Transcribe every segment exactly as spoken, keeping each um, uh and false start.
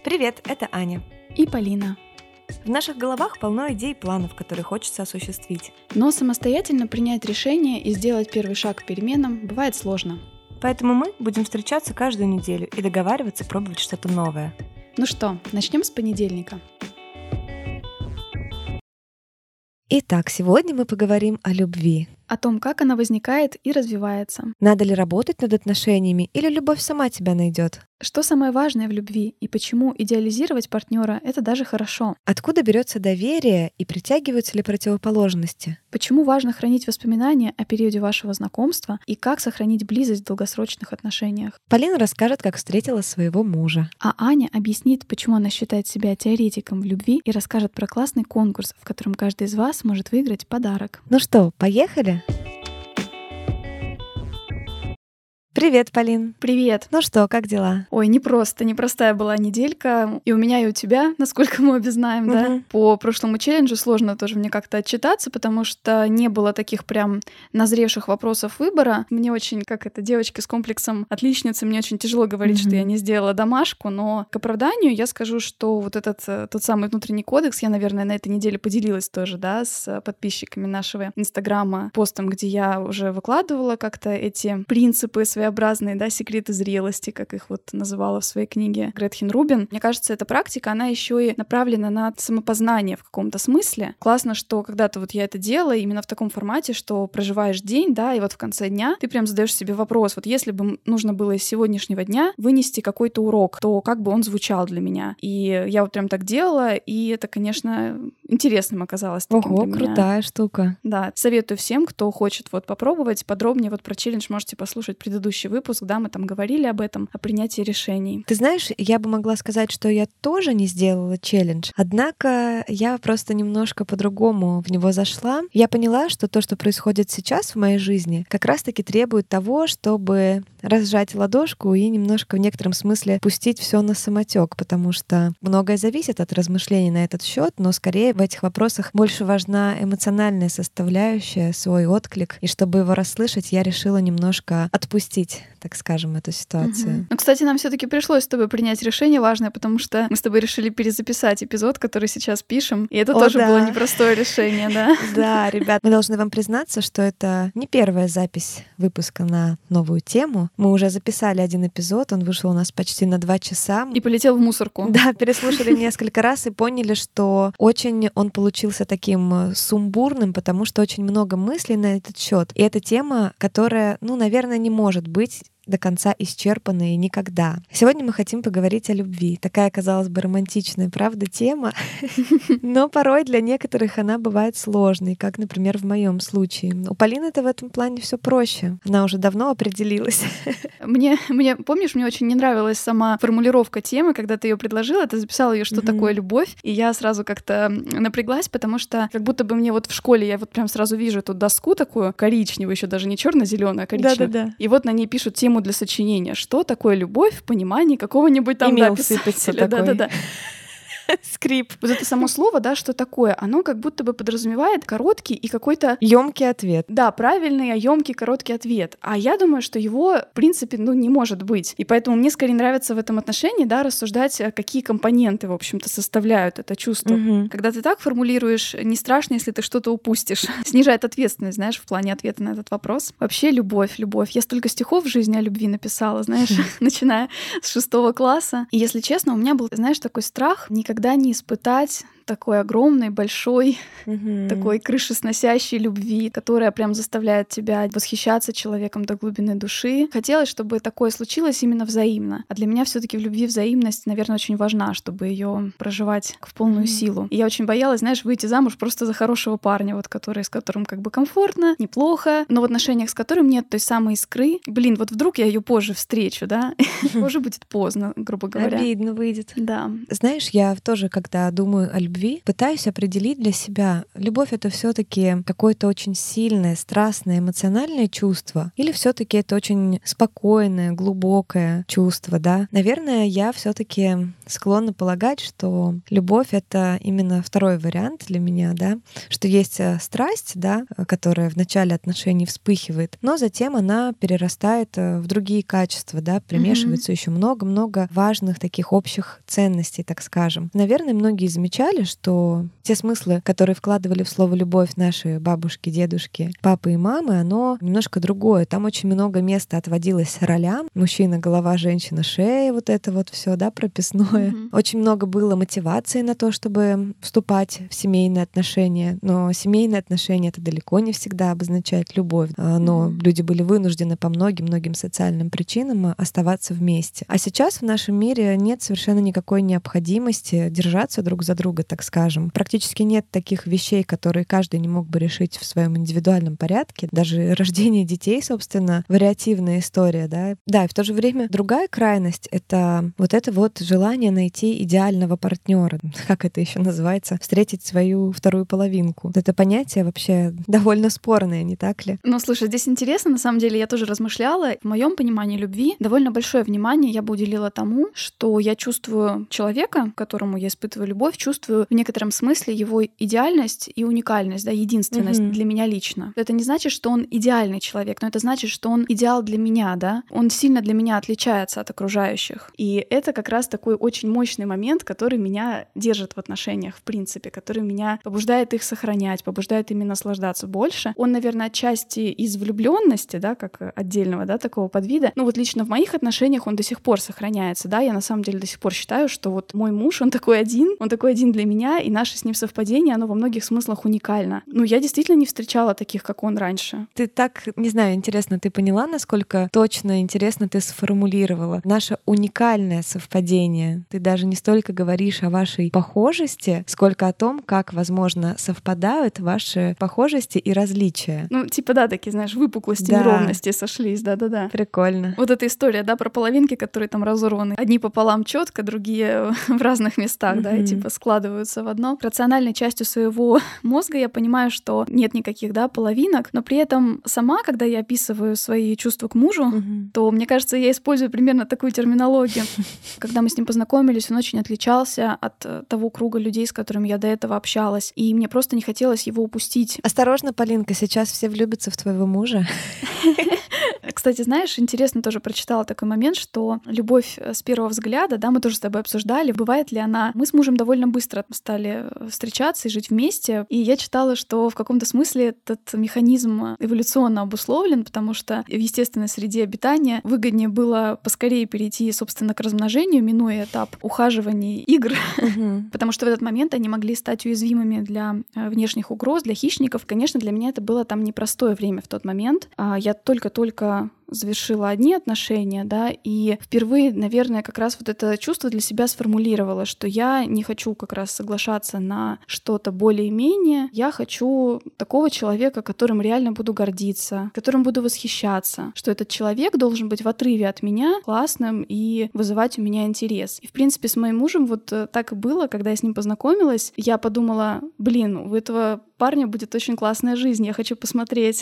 Привет, это Аня. И Полина. В наших головах полно идей и планов, которые хочется осуществить. Но самостоятельно принять решение и сделать первый шаг к переменам бывает сложно. Поэтому мы будем встречаться каждую неделю и договариваться пробовать что-то новое. Ну что, начнем с понедельника. Итак, сегодня мы поговорим о любви. О том, как она возникает и развивается. Надо ли работать над отношениями, или любовь сама тебя найдет? Что самое важное в любви и почему идеализировать партнера — это даже хорошо? Откуда берется доверие и притягиваются ли противоположности? Почему важно хранить воспоминания о периоде вашего знакомства и как сохранить близость в долгосрочных отношениях? Полина расскажет, как встретила своего мужа. А Аня объяснит, почему она считает себя теоретиком в любви и расскажет про классный конкурс, в котором каждый из вас может выиграть подарок. Ну что, поехали? Привет, Полин. Привет. Ну что, как дела? Ой, непросто, непростая была неделька. И у меня, и у тебя, насколько мы обе знаем, Мгм. да. По прошлому челленджу сложно тоже мне как-то отчитаться, потому что не было таких прям назревших вопросов выбора. Мне очень, как это, девочки с комплексом отличницы, мне очень тяжело говорить, Мгм. что я не сделала домашку, но к оправданию я скажу, что вот этот э, тот самый внутренний кодекс, я, наверное, на этой неделе поделилась тоже, да, с подписчиками нашего инстаграма постом, где я уже выкладывала как-то эти принципы свои своеобразные, да, секреты зрелости, как их вот называла в своей книге Гретхен Рубин. Мне кажется, эта практика, она еще и направлена на самопознание в каком-то смысле. Классно, что когда-то вот я это делала именно в таком формате, что проживаешь день, да, и вот в конце дня ты прям задаешь себе вопрос, вот если бы нужно было из сегодняшнего дня вынести какой-то урок, то как бы он звучал для меня? И я вот прям так делала, и это, конечно, интересным оказалось. Таким Ого, для меня. крутая штука. Да, советую всем, кто хочет вот попробовать подробнее вот про челлендж, можете послушать предыдущий выпуск, да, мы там говорили об этом, о принятии решений. Ты знаешь, я бы могла сказать, что я тоже не сделала челлендж, однако я просто немножко по-другому в него зашла. Я поняла, что то, что происходит сейчас в моей жизни, как раз-таки требует того, чтобы разжать ладошку и немножко в некотором смысле пустить все на самотек, потому что многое зависит от размышлений на этот счет, но скорее в этих вопросах больше важна эмоциональная составляющая, свой отклик, и чтобы его расслышать, я решила немножко отпустить, так скажем, эту ситуацию. Угу. Ну, кстати, нам все-таки пришлось с тобой принять решение важное, потому что мы с тобой решили перезаписать эпизод, который сейчас пишем, и это О, тоже да. было непростое решение, да? Да, ребят, мы должны вам признаться, что это не первая запись выпуска на новую тему. Мы уже записали один эпизод, он вышел у нас почти на два часа. И полетел в мусорку. Да, переслушали несколько раз и поняли, что очень он получился таким сумбурным, потому что очень много мыслей на этот счет. И это тема, которая, ну, наверное, не может быть до конца исчерпанные никогда. Сегодня мы хотим поговорить о любви. Такая, казалось бы, романтичная, правда, тема, но порой для некоторых она бывает сложной, как, например, в моем случае. У Полины-то в этом плане все проще. Она уже давно определилась. Мне, мне, помнишь, мне очень не нравилась сама формулировка темы, когда ты ее предложила, ты записала ее, что Мгм. такое любовь, и я сразу как-то напряглась, потому что как будто бы мне вот в школе я вот прям сразу вижу эту доску такую коричневую, еще даже не черно-зеленую, а коричневую. Да-да-да. И вот на ней пишут тему для сочинения. Что такое любовь в понимании какого-нибудь там Имел да, сыпаться писателя. такой. Да-да-да. Скрип. Вот это само слово, да, что такое, оно как будто бы подразумевает короткий и какой-то Ёмкий ответ. да, правильный, ёмкий, короткий ответ. А я думаю, что его, в принципе, ну, не может быть. И поэтому мне скорее нравится в этом отношении, да, рассуждать, какие компоненты, в общем-то, составляют это чувство. Мгм. Когда ты так формулируешь, не страшно, если ты что-то упустишь. Снижает ответственность, знаешь, в плане ответа на этот вопрос. Вообще любовь, любовь. Я столько стихов в жизни о любви написала, знаешь, начиная с шестого класса. И, если честно, у меня был, знаешь, такой страх никогда не испытать такой огромной, большой, Мгм. такой крышесносящей любви, которая прям заставляет тебя восхищаться человеком до глубины души. Хотелось, чтобы такое случилось именно взаимно. А для меня все-таки в любви взаимность, наверное, очень важна, чтобы ее проживать в полную Мгм. силу. И я очень боялась, знаешь, выйти замуж просто за хорошего парня, вот который, с которым как бы комфортно, неплохо, но в отношениях с которым нет той самой искры. Блин, вот вдруг я ее позже встречу, да? Уже будет поздно, грубо говоря. Обидно выйдет. Да. Знаешь, я тоже, когда думаю о любви, любви, пытаюсь определить для себя, любовь — это все таки какое-то очень сильное, страстное, эмоциональное чувство, или все таки это очень спокойное, глубокое чувство, да? Наверное, я все таки склонна полагать, что любовь — это именно второй вариант для меня, да, что есть э, страсть, да, которая в начале отношений вспыхивает, но затем она перерастает э, в другие качества, да, примешивается еще много-много важных таких общих ценностей, так скажем. Наверное, многие замечали, что те смыслы, которые вкладывали в слово «любовь» наши бабушки, дедушки, папы и мамы, оно немножко другое. Там очень много места отводилось ролям. Мужчина — голова, женщина — шея, вот это вот все, да, прописное. Mm-hmm. Очень много было мотивации на то, чтобы вступать в семейные отношения. Но семейные отношения — это далеко не всегда обозначает любовь. Но mm-hmm. люди были вынуждены по многим-многим социальным причинам оставаться вместе. А сейчас в нашем мире нет совершенно никакой необходимости держаться друг за друга, так скажем. Практически нет таких вещей, которые каждый не мог бы решить в своем индивидуальном порядке. Даже рождение детей, собственно, вариативная история, да. Да, и в то же время другая крайность — это вот это вот желание найти идеального партнера, как это еще называется, встретить свою вторую половинку. Это понятие вообще довольно спорное, не так ли? Ну, слушай, здесь интересно, на самом деле, я тоже размышляла. В моем понимании любви довольно большое внимание я бы уделила тому, что я чувствую человека, к которому я испытываю любовь, чувствую в некотором смысле его идеальность и уникальность, да, единственность mm-hmm. для меня лично. Это не значит, что он идеальный человек, но это значит, что он идеал для меня, да. Он сильно для меня отличается от окружающих. И это как раз такой очень мощный момент, который меня держит в отношениях, в принципе, который меня побуждает их сохранять, побуждает ими наслаждаться больше. Он, наверное, отчасти из влюбленности, да, как отдельного, да, такого подвида. Ну вот лично в моих отношениях он до сих пор сохраняется, да. Я на самом деле до сих пор считаю, что вот мой муж, он такой один, он такой один для меня, и наше с ним совпадение, оно во многих смыслах уникально. Ну, я действительно не встречала таких, как он раньше. Ты так, не знаю, интересно, ты поняла, насколько точно, интересно ты сформулировала наше уникальное совпадение. Ты даже не столько говоришь о вашей похожести, сколько о том, как, возможно, совпадают ваши похожести и различия. Ну, типа, да, такие, знаешь, выпуклости, да. неровности сошлись, да-да-да. Прикольно. Вот эта история, да, про половинки, которые там разорваны. Одни пополам четко, другие в разных местах, mm-hmm. да, и типа складываются в одно. Рациональной частью своего мозга я понимаю, что нет никаких, да, половинок, но при этом сама, когда я описываю свои чувства к мужу, mm-hmm. то, мне кажется, я использую примерно такую терминологию. Когда мы с ним познакомились, он очень отличался от того круга людей, с которыми я до этого общалась, и мне просто не хотелось его упустить. Осторожно, Полинка, сейчас все влюбятся в твоего мужа. Кстати, знаешь, интересно тоже прочитала такой момент, что любовь с первого взгляда, да, мы тоже с тобой обсуждали, бывает ли она... Мы с мужем довольно быстро стали встречаться и жить вместе, и я читала, что в каком-то смысле этот механизм эволюционно обусловлен, потому что в естественной среде обитания выгоднее было поскорее перейти, собственно, к размножению, минуя этап ухаживаний, игр, mm-hmm. потому что в этот момент они могли стать уязвимыми для внешних угроз, для хищников. Конечно, для меня это было там непростое время в тот момент. Я только-только завершила одни отношения, да, и впервые, наверное, как раз вот это чувство для себя сформулировала, что я не хочу как раз соглашаться на что-то более-менее, я хочу такого человека, которым реально буду гордиться, которым буду восхищаться, что этот человек должен быть в отрыве от меня, классным и вызывать у меня интерес. И, в принципе, с моим мужем вот так и было, когда я с ним познакомилась, я подумала, блин, у этого парня будет очень классная жизнь, я хочу посмотреть,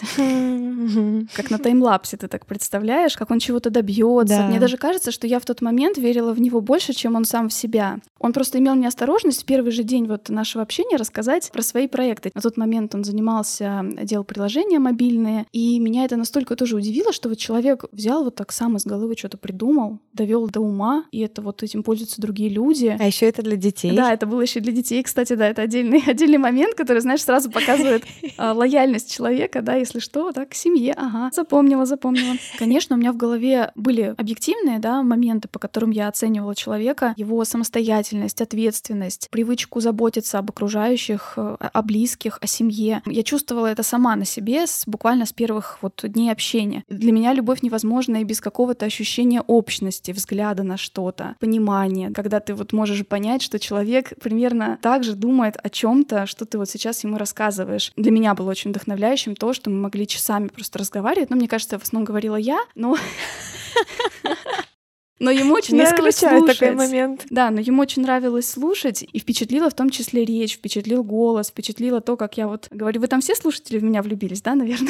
как на таймлапсе ты так представляешь, как он чего-то добьется. Да. Мне даже кажется, что я в тот момент верила в него больше, чем он сам в себя. Он просто имел неосторожность в первый же день вот нашего общения рассказать про свои проекты. На тот момент он занимался, делал приложения мобильные, и меня это настолько тоже удивило, что вот человек взял вот так сам из головы что-то придумал, довел до ума, и это вот этим пользуются другие люди. А еще это для детей. Да, это было еще для детей, кстати, да, это отдельный, отдельный момент, который, знаешь, сразу показывает а, лояльность человека, да, если что, так, к семье, ага, запомнила, запомнила. Конечно, у меня в голове были объективные, да, моменты, по которым я оценивала человека, его самостоятельность, ответственность, привычку заботиться об окружающих, о близких, о семье. Я чувствовала это сама на себе с, буквально с первых вот дней общения. Для меня любовь невозможна и без какого-то ощущения общности, взгляда на что-то, понимания, когда ты вот можешь понять, что человек примерно так же думает о чем-то, что ты вот сейчас ему рассказываешь. Для меня было очень вдохновляющим то, что мы могли часами просто разговаривать. Ну, мне кажется, в основном говорила я, но... Но ему очень Не нравилось исключаю слушать. такой момент. Да, но ему очень нравилось слушать, и впечатлило в том числе речь, впечатлил голос, впечатлило то, как я вот говорю. Вы там все слушатели в меня влюбились, да, наверное?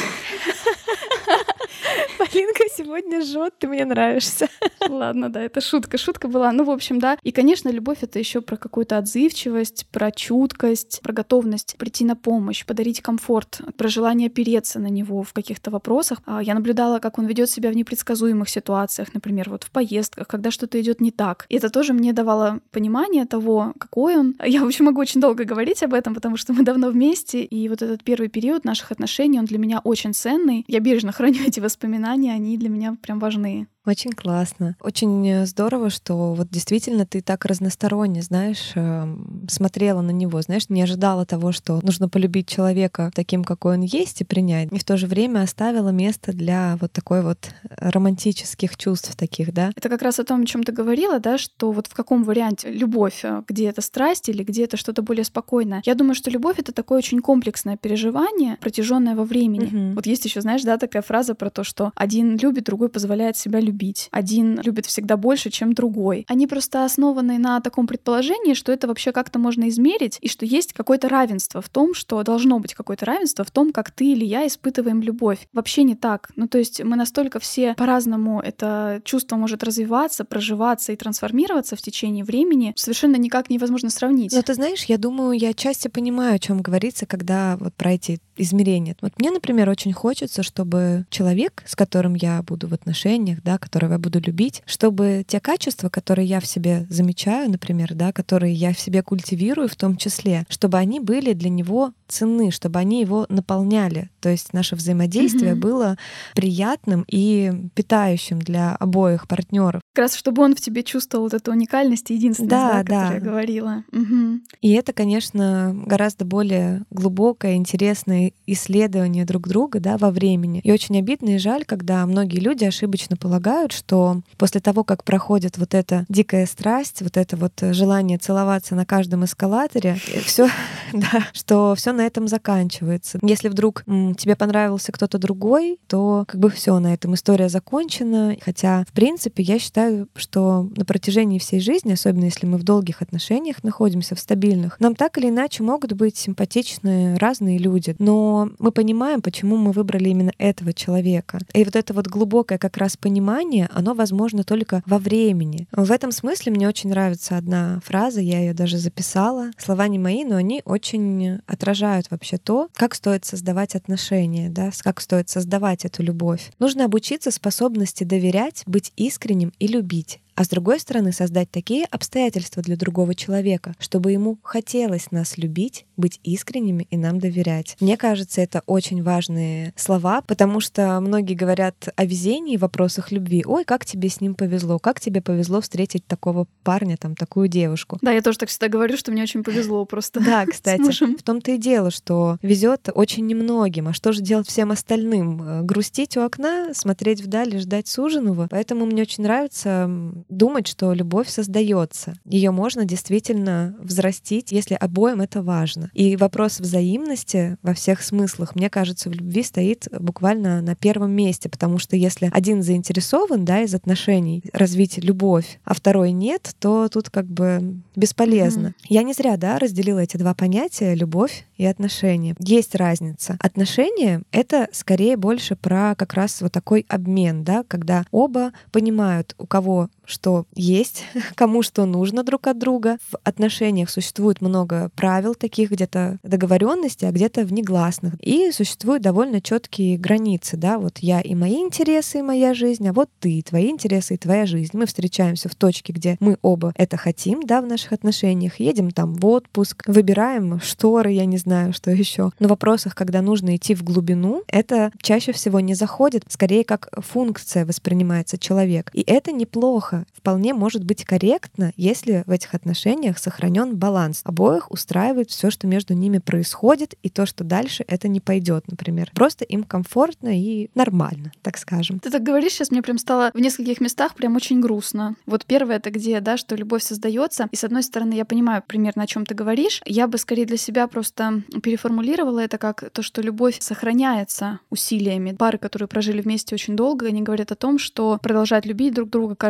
Полинка сегодня жжет, ты мне нравишься. Ладно, да, это шутка. Шутка была. Ну, в общем, да. И, конечно, любовь — это еще про какую-то отзывчивость, про чуткость, про готовность прийти на помощь, подарить комфорт, про желание опереться на него в каких-то вопросах. А Я наблюдала, как он ведет себя в непредсказуемых ситуациях, например, вот в поездках, когда что-то идет не так. И это тоже мне давало понимание того, какой он. Я, в общем, могу очень долго говорить об этом, потому что мы давно вместе, и вот этот первый период наших отношений, он для меня очень ценный. Я бережно храню эти воспоминания, они для меня прям важны. Очень классно. Очень здорово, что вот действительно ты так разносторонне, знаешь, эм, смотрела на него, знаешь, не ожидала того, что нужно полюбить человека таким, какой он есть, и принять. И в то же время оставила место для вот такой вот романтических чувств таких, да? Это как раз о том, о чем ты говорила, да, что вот в каком варианте любовь, где это страсть или где это что-то более спокойное. Я думаю, что любовь — это такое очень комплексное переживание, протяженное во времени. Мгм. Вот есть еще, знаешь, да, такая фраза про то, что один любит, другой позволяет себя любить. Один любит всегда больше, чем другой. Они просто основаны на таком предположении, что это вообще как-то можно измерить, и что есть какое-то равенство в том, что должно быть какое-то равенство в том, как ты или я испытываем любовь. Вообще не так. Ну, то есть мы настолько все по-разному, это чувство может развиваться, проживаться и трансформироваться в течение времени, совершенно никак невозможно сравнить. Но ты знаешь, я думаю, я отчасти понимаю, о чем говорится, когда вот про эти измерения. Вот мне, например, очень хочется, чтобы человек, с которым я буду в отношениях, да, которого я буду любить, чтобы те качества, которые я в себе замечаю, например, да, которые я в себе культивирую в том числе, чтобы они были для него ценны, чтобы они его наполняли. То есть наше взаимодействие Мгм. было приятным и питающим для обоих партнеров. Как раз чтобы он в тебе чувствовал вот эту уникальность и единственность, да, Да, о которой да. я говорила. Мгм. И это, конечно, гораздо более глубокое, интересное исследование друг друга, да, во времени. И очень обидно и жаль, когда многие люди ошибочно полагают, что после того, как проходит вот эта дикая страсть, вот это вот желание целоваться на каждом эскалаторе, все, да, что все на этом заканчивается. Если вдруг м, тебе понравился кто-то другой, то как бы все, на этом история закончена. Хотя, в принципе, я считаю, что на протяжении всей жизни, особенно если мы в долгих отношениях находимся, в стабильных, нам так или иначе могут быть симпатичны разные люди. Но мы понимаем, почему мы выбрали именно этого человека. И вот это вот глубокое как раз понимание, оно возможно только во времени. В этом смысле мне очень нравится одна фраза, я ее даже записала. Слова не мои, но они очень отражают вообще то, как стоит создавать отношения, да, как стоит создавать эту любовь. Нужно обучиться способности доверять, быть искренним и любить. А с другой стороны, создать такие обстоятельства для другого человека, чтобы ему хотелось нас любить, быть искренними и нам доверять. Мне кажется, это очень важные слова, потому что многие говорят о везении в вопросах любви. Ой, как тебе с ним повезло, как тебе повезло встретить такого парня, там, такую девушку. Да, я тоже так всегда говорю, что мне очень повезло просто. Да, с кстати, мужем. в том-то и дело, что везет очень немногим. А что же делать всем остальным? Э, Грустить у окна, смотреть вдаль и ждать суженого. Поэтому мне очень нравится м, думать, что любовь создается. Ее можно действительно взрастить, если обоим это важно. И вопрос взаимности во всех смыслах, мне кажется, в любви стоит буквально на первом месте, потому что если один заинтересован, да, из отношений развить любовь, а второй нет, то тут как бы бесполезно. Мгм. Я не зря, да, разделила эти два понятия — любовь и отношения. Есть разница. Отношения — это скорее больше про как раз вот такой обмен, да, когда оба понимают, у кого что есть, кому что нужно друг от друга. В отношениях существует много правил таких, где-то договоренности, а где-то внегласных. И существуют довольно четкие границы, да, вот я и мои интересы, и моя жизнь, а вот ты, и твои интересы, и твоя жизнь. Мы встречаемся в точке, где мы оба это хотим, да, в наших отношениях, едем там в отпуск, выбираем шторы, я не знаю, что еще. Но в вопросах, когда нужно идти в глубину, это чаще всего не заходит, скорее как функция воспринимается человек. И это неплохо. Вполне может быть корректно, если в этих отношениях сохранен баланс. Обоих устраивает все, что между ними происходит, и то, что дальше это не пойдет, например. Просто им комфортно и нормально, так скажем. Ты так говоришь, сейчас мне прям стало в нескольких местах прям очень грустно. Вот первое — это где, да, что любовь создается. И с одной стороны, я понимаю примерно, о чем ты говоришь. Я бы скорее для себя просто переформулировала это как то, что любовь сохраняется усилиями. Пары, которые прожили вместе очень долго, они говорят о том, что продолжать любить друг друга каждый день,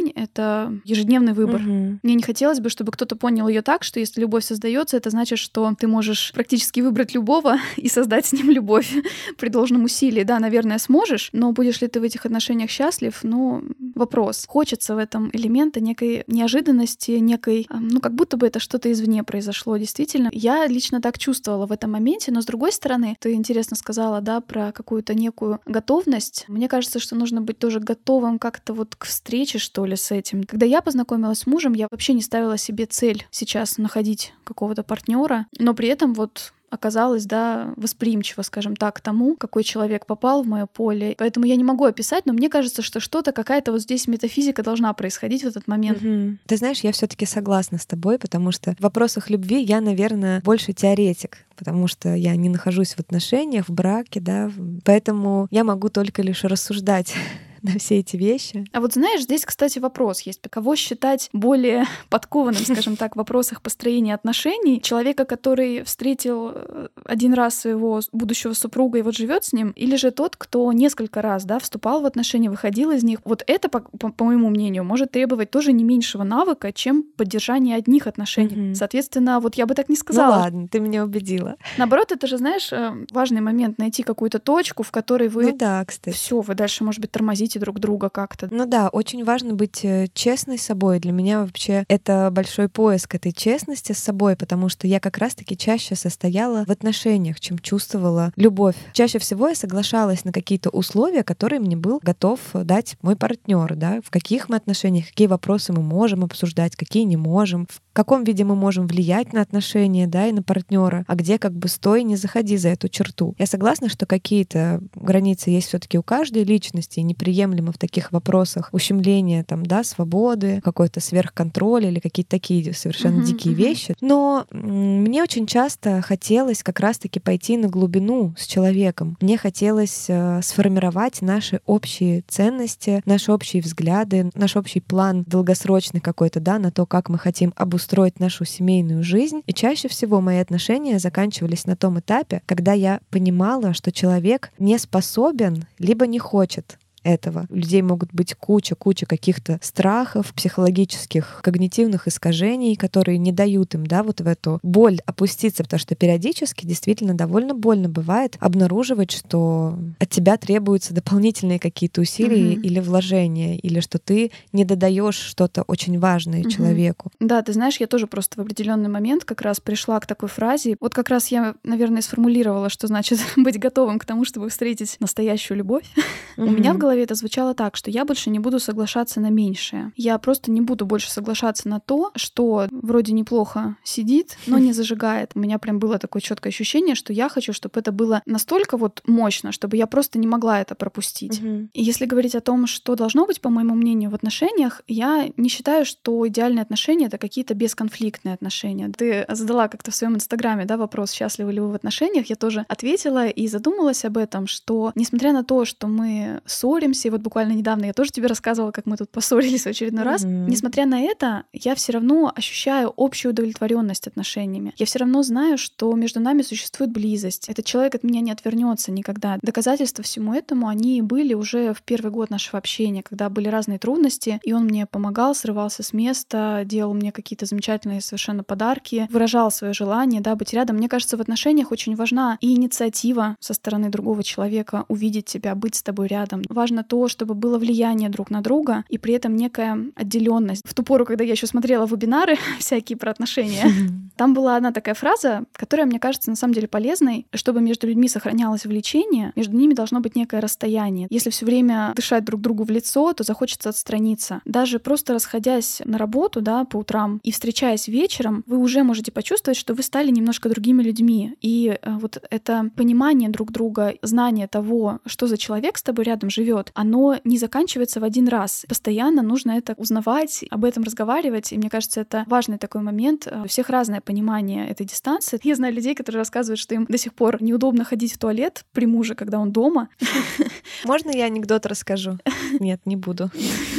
огонь — это ежедневный выбор. Мгм. Мне не хотелось бы, чтобы кто-то понял ее так, что если любовь создается, это значит, что ты можешь практически выбрать любого и создать с ним любовь при должном усилии. Да, наверное, сможешь, но будешь ли ты в этих отношениях счастлив? Ну, вопрос. Хочется в этом элемента некой неожиданности, некой, а, ну, как будто бы это что-то извне произошло, действительно. Я лично так чувствовала в этом моменте, но с другой стороны, ты интересно сказала, да, про какую-то некую готовность. Мне кажется, что нужно быть тоже готовым как-то вот к встрече, что ли, с этим. Когда я познакомилась с мужем, я вообще не ставила себе цель сейчас находить какого-то партнера, но при этом вот оказалась, да, восприимчива, скажем так, к тому, какой человек попал в мое поле. Поэтому я не могу описать, но мне кажется, что что-то, какая-то вот здесь метафизика должна происходить в этот момент. Мгм. Ты знаешь, я все-таки согласна с тобой, потому что в вопросах любви я, наверное, больше теоретик, потому что я не нахожусь в отношениях, в браке, да, в- поэтому я могу только лишь рассуждать на все эти вещи. А вот знаешь, здесь, кстати, вопрос есть. Кого считать более подкованным, скажем так, в вопросах построения отношений? Человека, который встретил э, один раз своего с- будущего супруга и вот живет с ним, или же тот, кто несколько раз, да, вступал в отношения, выходил из них? Вот это, по, по- по моему мнению, может требовать тоже не меньшего навыка, чем поддержание одних отношений. Мгм. Соответственно, вот я бы так не Ну сказала. ладно, ты меня убедила. Наоборот, это же, знаешь, э, важный момент — найти какую-то точку, в которой вы Ну да, кстати. все, вы дальше, может быть, тормозите друг друга как-то. Ну да, очень важно быть э, честной с собой. Для меня вообще это большой поиск этой честности с собой, потому что я как раз-таки чаще состояла в отношениях, чем чувствовала любовь. Чаще всего я соглашалась на какие-то условия, которые мне был готов дать мой партнер, да, в каких мы отношениях, какие вопросы мы можем обсуждать, какие не можем, в каком виде мы можем влиять на отношения, да, и на партнера, а где как бы стой, не заходи за эту черту. Я согласна, что какие-то границы есть все-таки у каждой личности, и неприемлемо в таких вопросах ущемления там, да, свободы, какой-то сверхконтроль или какие-то такие совершенно Мгм, дикие мгм. вещи. Но м, мне очень часто хотелось как раз-таки пойти на глубину с человеком. Мне хотелось э, сформировать наши общие ценности, наши общие взгляды, наш общий план долгосрочный какой-то, да, на то, как мы хотим обустроить нашу семейную жизнь. И чаще всего мои отношения заканчивались на том этапе, когда я понимала, что человек не способен, либо не хочет этого. У людей могут быть куча-куча каких-то страхов, психологических, когнитивных искажений, которые не дают им, да, вот в эту боль опуститься, потому что периодически действительно довольно больно бывает обнаруживать, что от тебя требуются дополнительные какие-то усилия Мгм. или вложения, или что ты не додаешь что-то очень важное Мгм. человеку. Да, ты знаешь, я тоже просто в определенный момент как раз пришла к такой фразе. Вот как раз я, наверное, сформулировала, что значит быть готовым к тому, чтобы встретить настоящую любовь. У меня в Мгм. голове это звучало так, что я больше не буду соглашаться на меньшее. Я просто не буду больше соглашаться на то, что вроде неплохо сидит, но не зажигает. У меня прям было такое четкое ощущение, что я хочу, чтобы это было настолько вот мощно, чтобы я просто не могла это пропустить. Мгм. И если говорить о том, что должно быть, по моему мнению, в отношениях, я не считаю, что идеальные отношения — это какие-то бесконфликтные отношения. Ты задала как-то в своем инстаграме, да, вопрос, счастливы ли вы в отношениях. Я тоже ответила и задумалась об этом, что несмотря на то, что мы ссоримся, и вот буквально недавно я тоже тебе рассказывала, как мы тут поссорились в очередной раз, Мгм. несмотря на это, я все равно ощущаю общую удовлетворенность отношениями. Я все равно знаю, что между нами существует близость. Этот человек от меня не отвернется никогда. Доказательства всему этому, они были уже в первый год нашего общения, когда были разные трудности, и он мне помогал, срывался с места, делал мне какие-то замечательные совершенно подарки, выражал свое желание, да, быть рядом. Мне кажется, в отношениях очень важна и инициатива со стороны другого человека, увидеть тебя, быть с тобой рядом. Важно то, чтобы было влияние друг на друга и при этом некая отделенность. В ту пору, когда я еще смотрела вебинары всякие про отношения, там была одна такая фраза, которая, мне кажется, на самом деле полезной. Чтобы между людьми сохранялось влечение, между ними должно быть некое расстояние. Если все время дышать друг другу в лицо, то захочется отстраниться. Даже просто расходясь на работу, да, по утрам и встречаясь вечером, вы уже можете почувствовать, что вы стали немножко другими людьми. И э, вот это понимание друг друга, знание того, что за человек с тобой рядом живет, оно не заканчивается в один раз. Постоянно нужно это узнавать, об этом разговаривать. И мне кажется, это важный такой момент. У всех разное понимание этой дистанции. Я знаю людей, которые рассказывают, что им до сих пор неудобно ходить в туалет при муже, когда он дома. Можно я анекдот расскажу? Нет, не буду.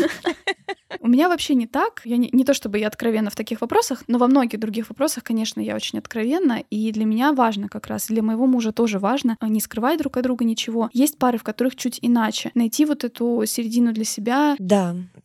У меня вообще не так. Я не, не то чтобы я откровенна в таких вопросах, но во многих других вопросах, конечно, я очень откровенна. И для меня важно как раз, для моего мужа тоже важно не скрывать друг от друга ничего. Есть пары, в которых чуть иначе. Найти вот эту середину для себя. Да,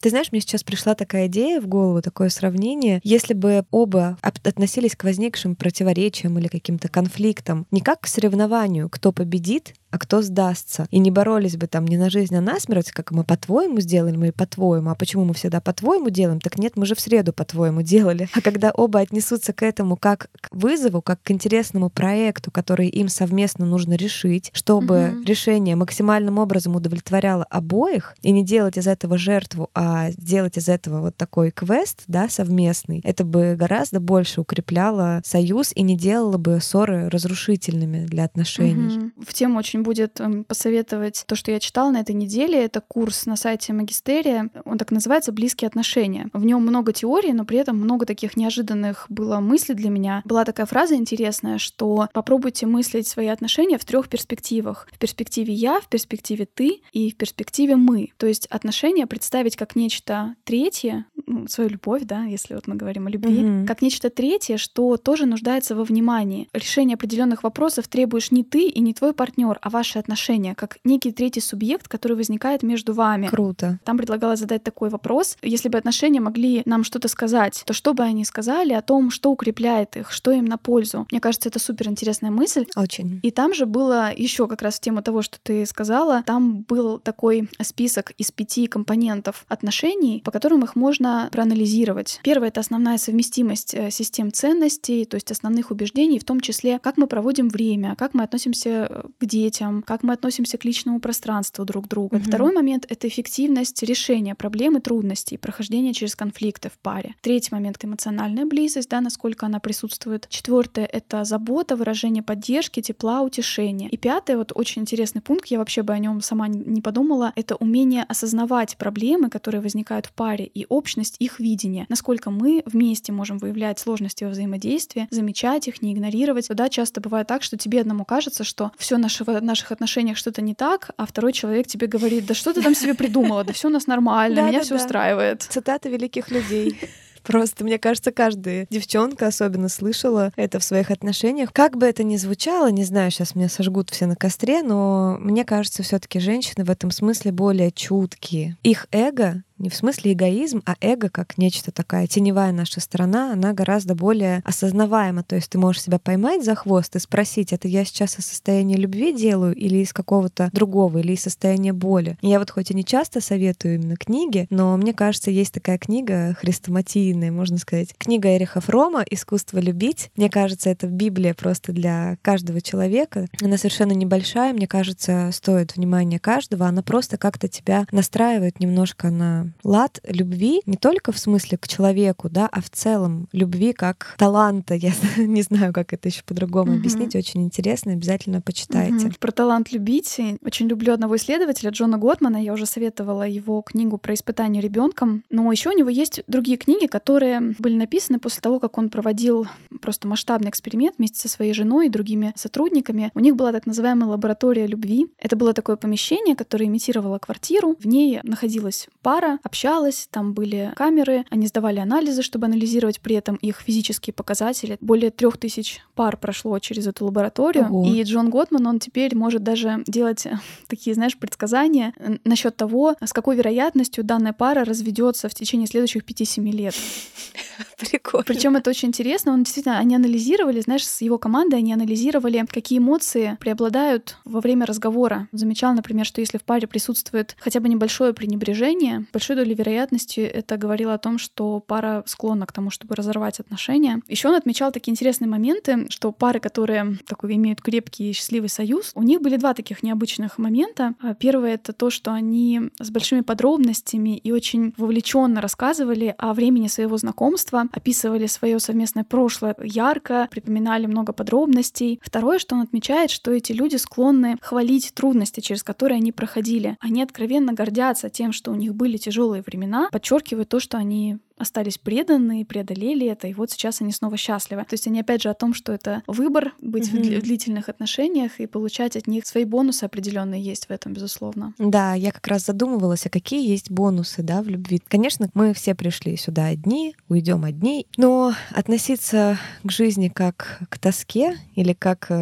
Ты знаешь, мне сейчас пришла такая идея в голову, такое сравнение. Если бы оба относились к возникшим противоречиям или каким-то конфликтам не как к соревнованию, кто победит, а кто сдастся. И не боролись бы там не на жизнь, а на смерть, как мы по-твоему сделали, мы и по-твоему. А почему мы всегда по-твоему делаем? Так нет, мы же в среду по-твоему делали. А когда оба отнесутся к этому как к вызову, как к интересному проекту, который им совместно нужно решить, чтобы угу. решение максимальным образом удовлетворяло обоих, и не делать из этого жертву, а сделать из этого вот такой квест, да, совместный, это бы гораздо больше укрепляло союз и не делало бы ссоры разрушительными для отношений. Угу. В тему очень будет посоветовать то, что я читала на этой неделе. Это курс на сайте Магистерия. Он так называется «Близкие отношения». В нем много теорий, но при этом много таких неожиданных было мыслей для меня. Была такая фраза интересная, что попробуйте мыслить свои отношения в трех перспективах. В перспективе «я», в перспективе «ты» и в перспективе «мы». То есть отношения представить как нечто третье, ну, свою любовь, да, если вот мы говорим о любви, mm-hmm. как нечто третье, что тоже нуждается во внимании. Решение определенных вопросов требуешь не ты и не твой партнер, а ваши отношения, как некий третий субъект, который возникает между вами. Круто. Там предлагалось задать такой вопрос. Если бы отношения могли нам что-то сказать, то что бы они сказали о том, что укрепляет их, что им на пользу? Мне кажется, это супер интересная мысль. Очень. И там же было еще как раз в тему того, что ты сказала, там был такой список из пяти компонентов отношений, по которым их можно проанализировать. Первое — это основная совместимость систем ценностей, то есть основных убеждений, в том числе, как мы проводим время, как мы относимся к детям, как мы относимся к личному пространству друг друга. Mm-hmm. Второй момент — это эффективность решения проблем и трудностей, прохождения через конфликты в паре. Третий момент — эмоциональная близость, да, насколько она присутствует. Четвертое — это забота, выражение поддержки, тепла, утешения. И пятое, вот очень интересный пункт, я вообще бы о нем сама не подумала, это умение осознавать проблемы, которые возникают в паре, и общность их видения. Насколько мы вместе можем выявлять сложности во взаимодействии, замечать их, не игнорировать. Да, часто бывает так, что тебе одному кажется, что все нашего в наших отношениях что-то не так, а второй человек тебе говорит: да что ты там себе придумала, да все у нас нормально, меня все устраивает. Цитаты великих людей. Просто, мне кажется, каждая девчонка особенно слышала это в своих отношениях. Как бы это ни звучало, не знаю, сейчас меня сожгут все на костре, но мне кажется, все-таки женщины в этом смысле более чуткие. Их эго, не в смысле эгоизм, а эго как нечто такая теневая наша сторона, она гораздо более осознаваема. То есть ты можешь себя поймать за хвост и спросить, это я сейчас из состояния любви делаю или из какого-то другого, или из состояния боли. Я вот хоть и не часто советую именно книги, но мне кажется, есть такая книга хрестоматийная, можно сказать, книга Эриха Фрома «Искусство любить». Мне кажется, это Библия просто для каждого человека. Она совершенно небольшая, мне кажется, стоит внимания каждого. Она просто как-то тебя настраивает немножко на лад любви не только в смысле к человеку, да, а в целом любви как таланта. Я не знаю, как это еще по-другому uh-huh. объяснить. Очень интересно, обязательно почитайте. Uh-huh. Про талант любить очень люблю одного исследователя Джона Готмана. Я уже советовала его книгу про испытание ребенком. Но еще у него есть другие книги, которые были написаны после того, как он проводил просто масштабный эксперимент вместе со своей женой и другими сотрудниками. У них была так называемая лаборатория любви. Это было такое помещение, которое имитировало квартиру. В ней находилась пара, общалась, там были камеры, они сдавали анализы, чтобы анализировать при этом их физические показатели. Более трех тысяч пар прошло через эту лабораторию. Ого. И Джон Готман, он теперь может даже делать такие, знаешь, предсказания насчет того, с какой вероятностью данная пара разведется в течение следующих пяти-семи лет. Прикольно. Причем это очень интересно. Он действительно, они анализировали, знаешь, с его командой они анализировали, какие эмоции преобладают во время разговора. Он замечал, например, что если в паре присутствует хотя бы небольшое пренебрежение, большой долей вероятности это говорило о том, что пара склонна к тому, чтобы разорвать отношения. Еще он отмечал такие интересные моменты, что пары, которые такой имеют крепкий и счастливый союз, у них были два таких необычных момента. Первое — это то, что они с большими подробностями и очень вовлеченно рассказывали о времени своего знакомства, описывали свое совместное прошлое ярко, припоминали много подробностей. Второе, что он отмечает, что эти люди склонны хвалить трудности, через которые они проходили. Они откровенно гордятся тем, что у них были тяжелые времена, подчеркивают то, что они остались преданы, преодолели это, и вот сейчас они снова счастливы. То есть они опять же о том, что это выбор быть mm-hmm. в длительных отношениях и получать от них свои бонусы определенные есть в этом, безусловно. Да, я как раз задумывалась, а какие есть бонусы, да, в любви. Конечно, мы все пришли сюда одни, уйдем одни, но относиться к жизни как к тоске или как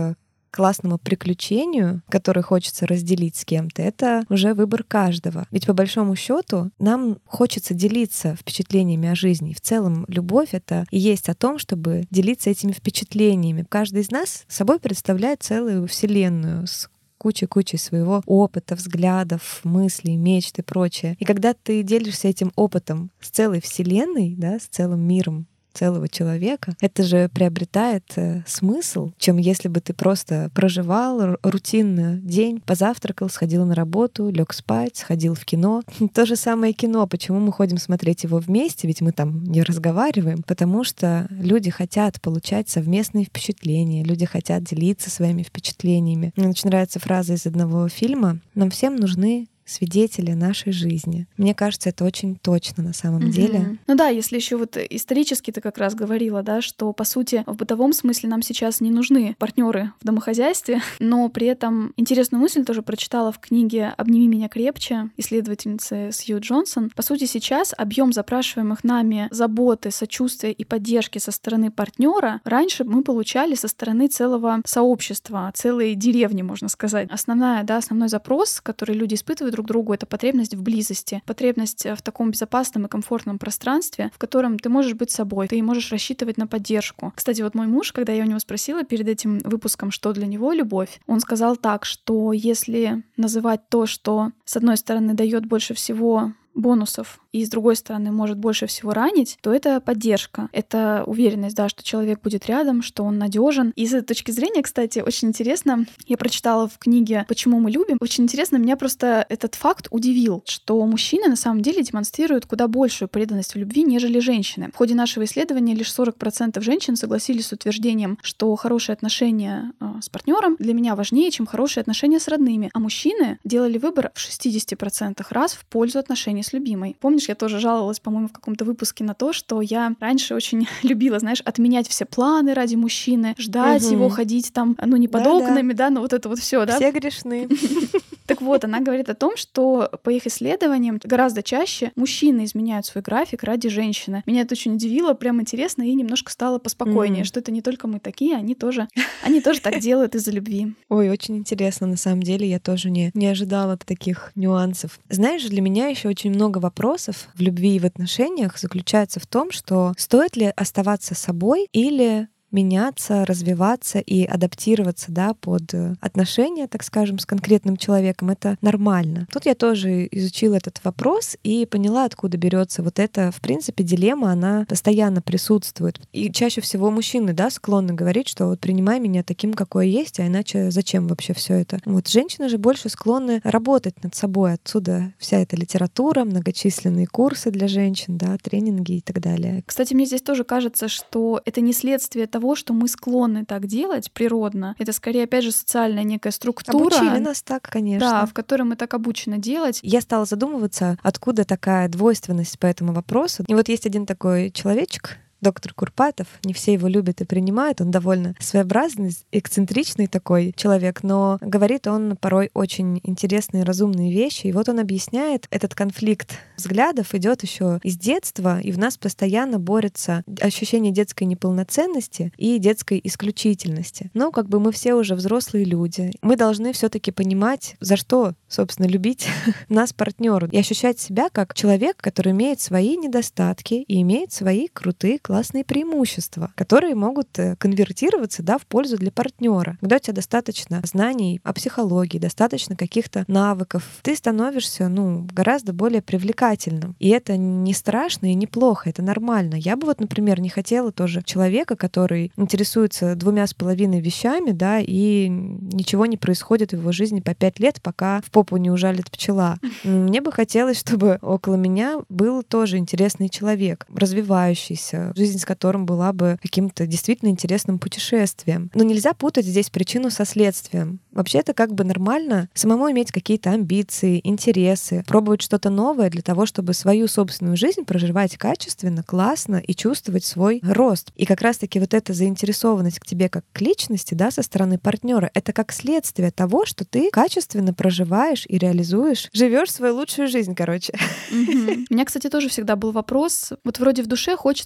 классному приключению, которое хочется разделить с кем-то, это уже выбор каждого. Ведь по большому счету нам хочется делиться впечатлениями о жизни. И в целом любовь — это и есть о том, чтобы делиться этими впечатлениями. Каждый из нас собой представляет целую вселенную с кучей-кучей своего опыта, взглядов, мыслей, мечт и прочее. И когда ты делишься этим опытом с целой вселенной, да, с целым миром целого человека, это же приобретает э, смысл, чем если бы ты просто проживал р- рутинно день, позавтракал, сходил на работу, лег спать, сходил в кино. То же самое кино. Почему мы ходим смотреть его вместе? Ведь мы там не разговариваем. Потому что люди хотят получать совместные впечатления, люди хотят делиться своими впечатлениями. Мне очень нравится фраза из одного фильма: «Нам всем нужны свидетели нашей жизни». Мне кажется, это очень точно на самом Мгм. деле. Ну да, если еще вот исторически ты как раз говорила, да, что по сути в бытовом смысле нам сейчас не нужны партнеры в домохозяйстве, но при этом интересную мысль тоже прочитала в книге «Обними меня крепче» исследовательницы Сью Джонсон. По сути, сейчас объем запрашиваемых нами заботы, сочувствия и поддержки со стороны партнера раньше мы получали со стороны целого сообщества, целой деревни, можно сказать. Основная, да, основной запрос, который люди испытывают друг другу, это потребность в близости, потребность в таком безопасном и комфортном пространстве, в котором ты можешь быть собой, ты можешь рассчитывать на поддержку. Кстати, вот мой муж, когда я у него спросила перед этим выпуском, что для него любовь, он сказал так, что если называть то, что с одной стороны дает больше всего бонусов и, с другой стороны, может больше всего ранить, то это поддержка. Это уверенность, да, что человек будет рядом, что он надежен. И с этой точки зрения, кстати, очень интересно, я прочитала в книге «Почему мы любим». Очень интересно, меня просто этот факт удивил, что мужчины на самом деле демонстрируют куда большую преданность в любви, нежели женщины. В ходе нашего исследования лишь сорок процентов женщин согласились с утверждением, что хорошие отношения э, с партнером для меня важнее, чем хорошие отношения с родными. А мужчины делали выбор в шестьдесят процентов раз в пользу отношений с любимой. Помнишь, я тоже жаловалась, по-моему, в каком-то выпуске на то, что я раньше очень любила, знаешь, отменять все планы ради мужчины, ждать Мгм. его, ходить там, ну, не под Да-да. окнами, да, но вот это вот все, да. Все грешны. Так вот, она говорит о том, что по их исследованиям гораздо чаще мужчины изменяют свой график ради женщины. Меня это очень удивило, прям интересно, и немножко стало поспокойнее, Мгм. что это не только мы такие, они тоже, они тоже так делают из-за любви. Ой, очень интересно, на самом деле, я тоже не, не ожидала таких нюансов. Знаешь, для меня еще очень много вопросов в любви и в отношениях заключается в том, что стоит ли оставаться собой или меняться, развиваться и адаптироваться, да, под э, отношения, так скажем, с конкретным человеком. Это нормально. Тут я тоже изучила этот вопрос и поняла, откуда берется вот эта, в принципе, дилемма, она постоянно присутствует. И чаще всего мужчины, да, склонны говорить, что вот принимай меня таким, какой я есть, а иначе зачем вообще все это? Вот женщины же больше склонны работать над собой. Отсюда вся эта литература, многочисленные курсы для женщин, да, тренинги и так далее. Кстати, мне здесь тоже кажется, что это не следствие того, что мы склонны так делать природно. Это скорее, опять же, социальная некая структура. Обучили нас так, конечно. Да, в которой мы так обучены делать. Я стала задумываться, откуда такая двойственность по этому вопросу. И вот есть один такой человечек, доктор Курпатов, не все его любят и принимают, он довольно своеобразный, эксцентричный такой человек, но говорит он порой очень интересные, разумные вещи. И вот он объясняет, этот конфликт взглядов идет еще из детства, и в нас постоянно борется ощущение детской неполноценности и детской исключительности. Но как бы мы все уже взрослые люди, мы должны все-таки понимать, за что, собственно, любить нас партнеру и ощущать себя как человек, который имеет свои недостатки и имеет свои крутые, классные преимущества, которые могут конвертироваться, да, в пользу для партнера. Когда у тебя достаточно знаний о психологии, достаточно каких-то навыков, ты становишься, ну, гораздо более привлекательным. И это не страшно и не плохо, это нормально. Я бы вот, например, не хотела тоже человека, который интересуется двумя с половиной вещами, да, и ничего не происходит в его жизни по пять лет, пока в попу не ужалит пчела. Мне бы хотелось, чтобы около меня был тоже интересный человек, развивающийся, жизнь с которым была бы каким-то действительно интересным путешествием. Но нельзя путать здесь причину со следствием. Вообще это как бы нормально самому иметь какие-то амбиции, интересы, пробовать что-то новое для того, чтобы свою собственную жизнь проживать качественно, классно и чувствовать свой рост. И как раз-таки вот эта заинтересованность к тебе как к личности, да, со стороны партнера, это как следствие того, что ты качественно проживаешь и реализуешь, живешь свою лучшую жизнь, короче. Мгм. У меня, кстати, тоже всегда был вопрос. Вот вроде в душе хочется, чтобы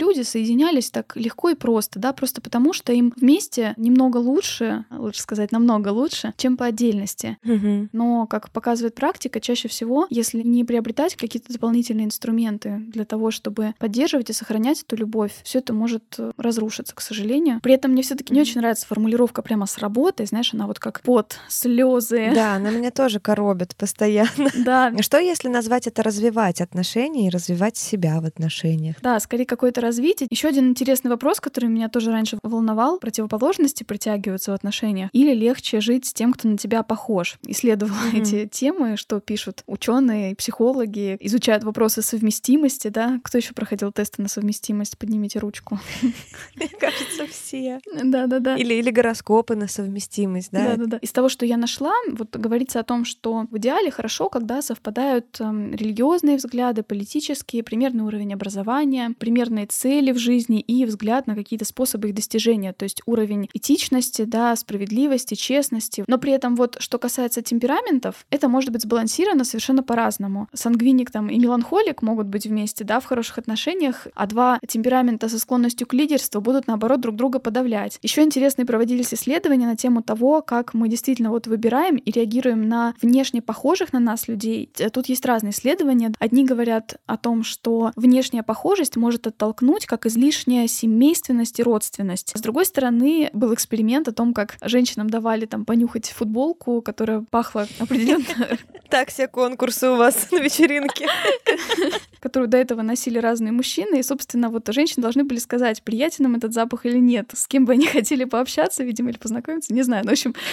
люди соединялись так легко и просто, да, просто потому что им вместе немного лучше, лучше сказать, намного лучше, чем по отдельности. Мгм. Но, как показывает практика, чаще всего, если не приобретать какие-то дополнительные инструменты для того, чтобы поддерживать и сохранять эту любовь, все это может э, разрушиться, к сожалению. При этом мне все-таки не Мгм. очень нравится формулировка прямо с работой, знаешь, она вот как пот, слезы. Да, она меня тоже коробит постоянно. Да, Что если назвать это развивать отношения и развивать себя в отношениях? да, скорее какое-то развитие. Еще один интересный вопрос, который меня тоже раньше волновал. Противоположности притягиваются в отношениях? Или легче жить с тем, кто на тебя похож? Исследовала Мгм. эти темы, что пишут ученые, психологи, изучают вопросы совместимости, да? Кто еще проходил тесты на совместимость? Поднимите ручку. Мне кажется, все. Да-да-да. Или, или гороскопы на совместимость, да? Да-да-да. Из того, что я нашла, вот говорится о том, что в идеале хорошо, когда совпадают эм, религиозные взгляды, политические, примерный уровень образования, примерные цели в жизни и взгляд на какие-то способы их достижения, то есть уровень этичности, да, справедливости, честности. Но при этом вот, что касается темпераментов, это может быть сбалансировано совершенно по-разному. Сангвиник там и меланхолик могут быть вместе, да, в хороших отношениях, а два темперамента со склонностью к лидерству будут, наоборот, друг друга подавлять. Еще интересные проводились исследования на тему того, как мы действительно вот выбираем и реагируем на внешне похожих на нас людей. Э, Тут есть разные исследования. Одни говорят о том, что внешняя похожесть может оттолкнуть как излишняя семейственность и родственность. С другой стороны, был эксперимент о том, как женщинам давали там понюхать футболку, которая пахла определенно, Так все конкурсы у вас на вечеринке. которую до этого носили разные мужчины, и, собственно, вот женщины должны были сказать, приятен им этот запах или нет, с кем бы они хотели пообщаться, видимо, или познакомиться, не знаю, но, в общем,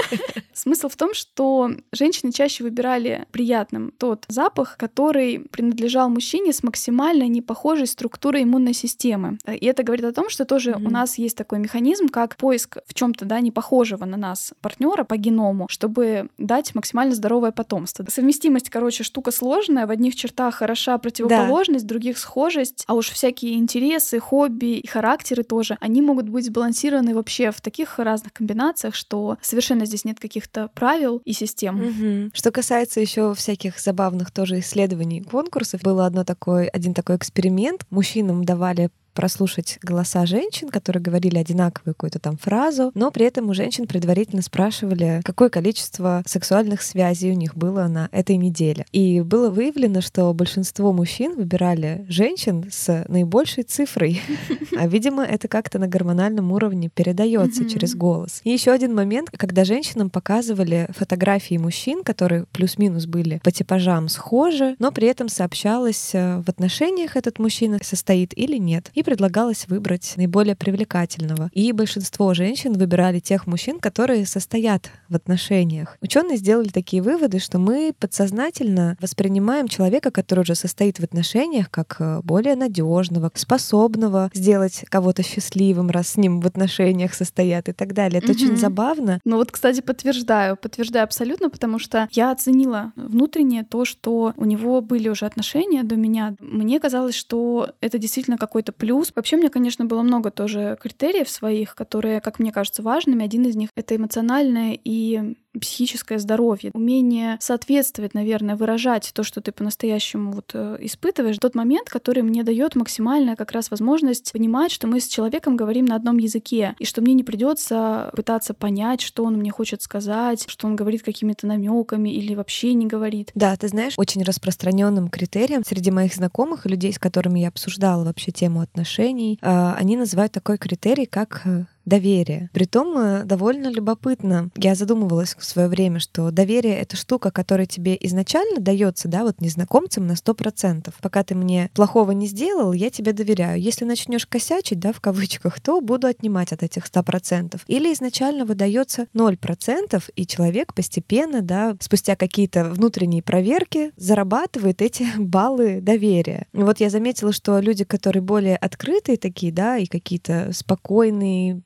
смысл в том, что женщины чаще выбирали приятным тот запах, который принадлежал мужчине с максимально непохожей структурой иммунной системы. И это говорит о том, что тоже Мгм. у нас есть такой механизм, как поиск в чем-то, да, непохожего на нас партнера по геному, чтобы дать максимально здоровое потомство. Совместимость, короче, штука сложная, в одних чертах хороша противоположность, в других схожесть, а уж всякие интересы, хобби и характеры тоже, они могут быть сбалансированы вообще в таких разных комбинациях, что совершенно здесь нет каких-то правил и систем. Мгм. Что касается еще всяких забавных тоже исследований и конкурсов, был одно такой, один такой эксперимент. Мужчинам давали прослушать голоса женщин, которые говорили одинаковую какую-то там фразу, но при этом у женщин предварительно спрашивали, какое количество сексуальных связей у них было на этой неделе. И было выявлено, что большинство мужчин выбирали женщин с наибольшей цифрой. А, видимо, это как-то на гормональном уровне передается Мгм. через голос. И еще один момент, когда женщинам показывали фотографии мужчин, которые плюс-минус были по типажам схожи, но при этом сообщалось, э, в отношениях этот мужчина состоит или нет. И предлагалось выбрать наиболее привлекательного. И большинство женщин выбирали тех мужчин, которые состоят в отношениях. Ученые сделали такие выводы, что мы подсознательно воспринимаем человека, который уже состоит в отношениях, как э, более надежного, способного сделать кого-то счастливым, раз с ним в отношениях состоят и так далее. Это очень Мгм. забавно. Ну вот, кстати, подтверждаю, подтверждаю абсолютно, потому что я оценила внутренне то, что у него были уже отношения до меня. Мне казалось, что это действительно какой-то плюс. Вообще, у меня, конечно, было много тоже критериев своих, которые, как мне кажется, важными. Один из них — это эмоциональное и психическое здоровье, умение соответствовать, наверное, выражать то, что ты по-настоящему вот э, испытываешь, тот момент, который мне дает максимальная как раз возможность понимать, что мы с человеком говорим на одном языке, и что мне не придется пытаться понять, что он мне хочет сказать, что он говорит какими-то намеками или вообще не говорит. Да, ты знаешь, очень распространенным критерием среди моих знакомых и людей, с которыми я обсуждала вообще тему отношений, э, они называют такой критерий, как э, доверие. Притом э, довольно любопытно. Я задумывалась в свое время, что доверие — это штука, которая тебе изначально дается, да, вот незнакомцам на сто процентов. Пока ты мне плохого не сделал, я тебе доверяю. Если начнешь косячить, да, в кавычках, то буду отнимать от этих ста процентов. Или изначально выдается ноль процентов, и человек постепенно, да, спустя какие-то внутренние проверки зарабатывает эти баллы доверия. И вот я заметила, что люди, которые более открытые такие, да, и какие-то спокойные,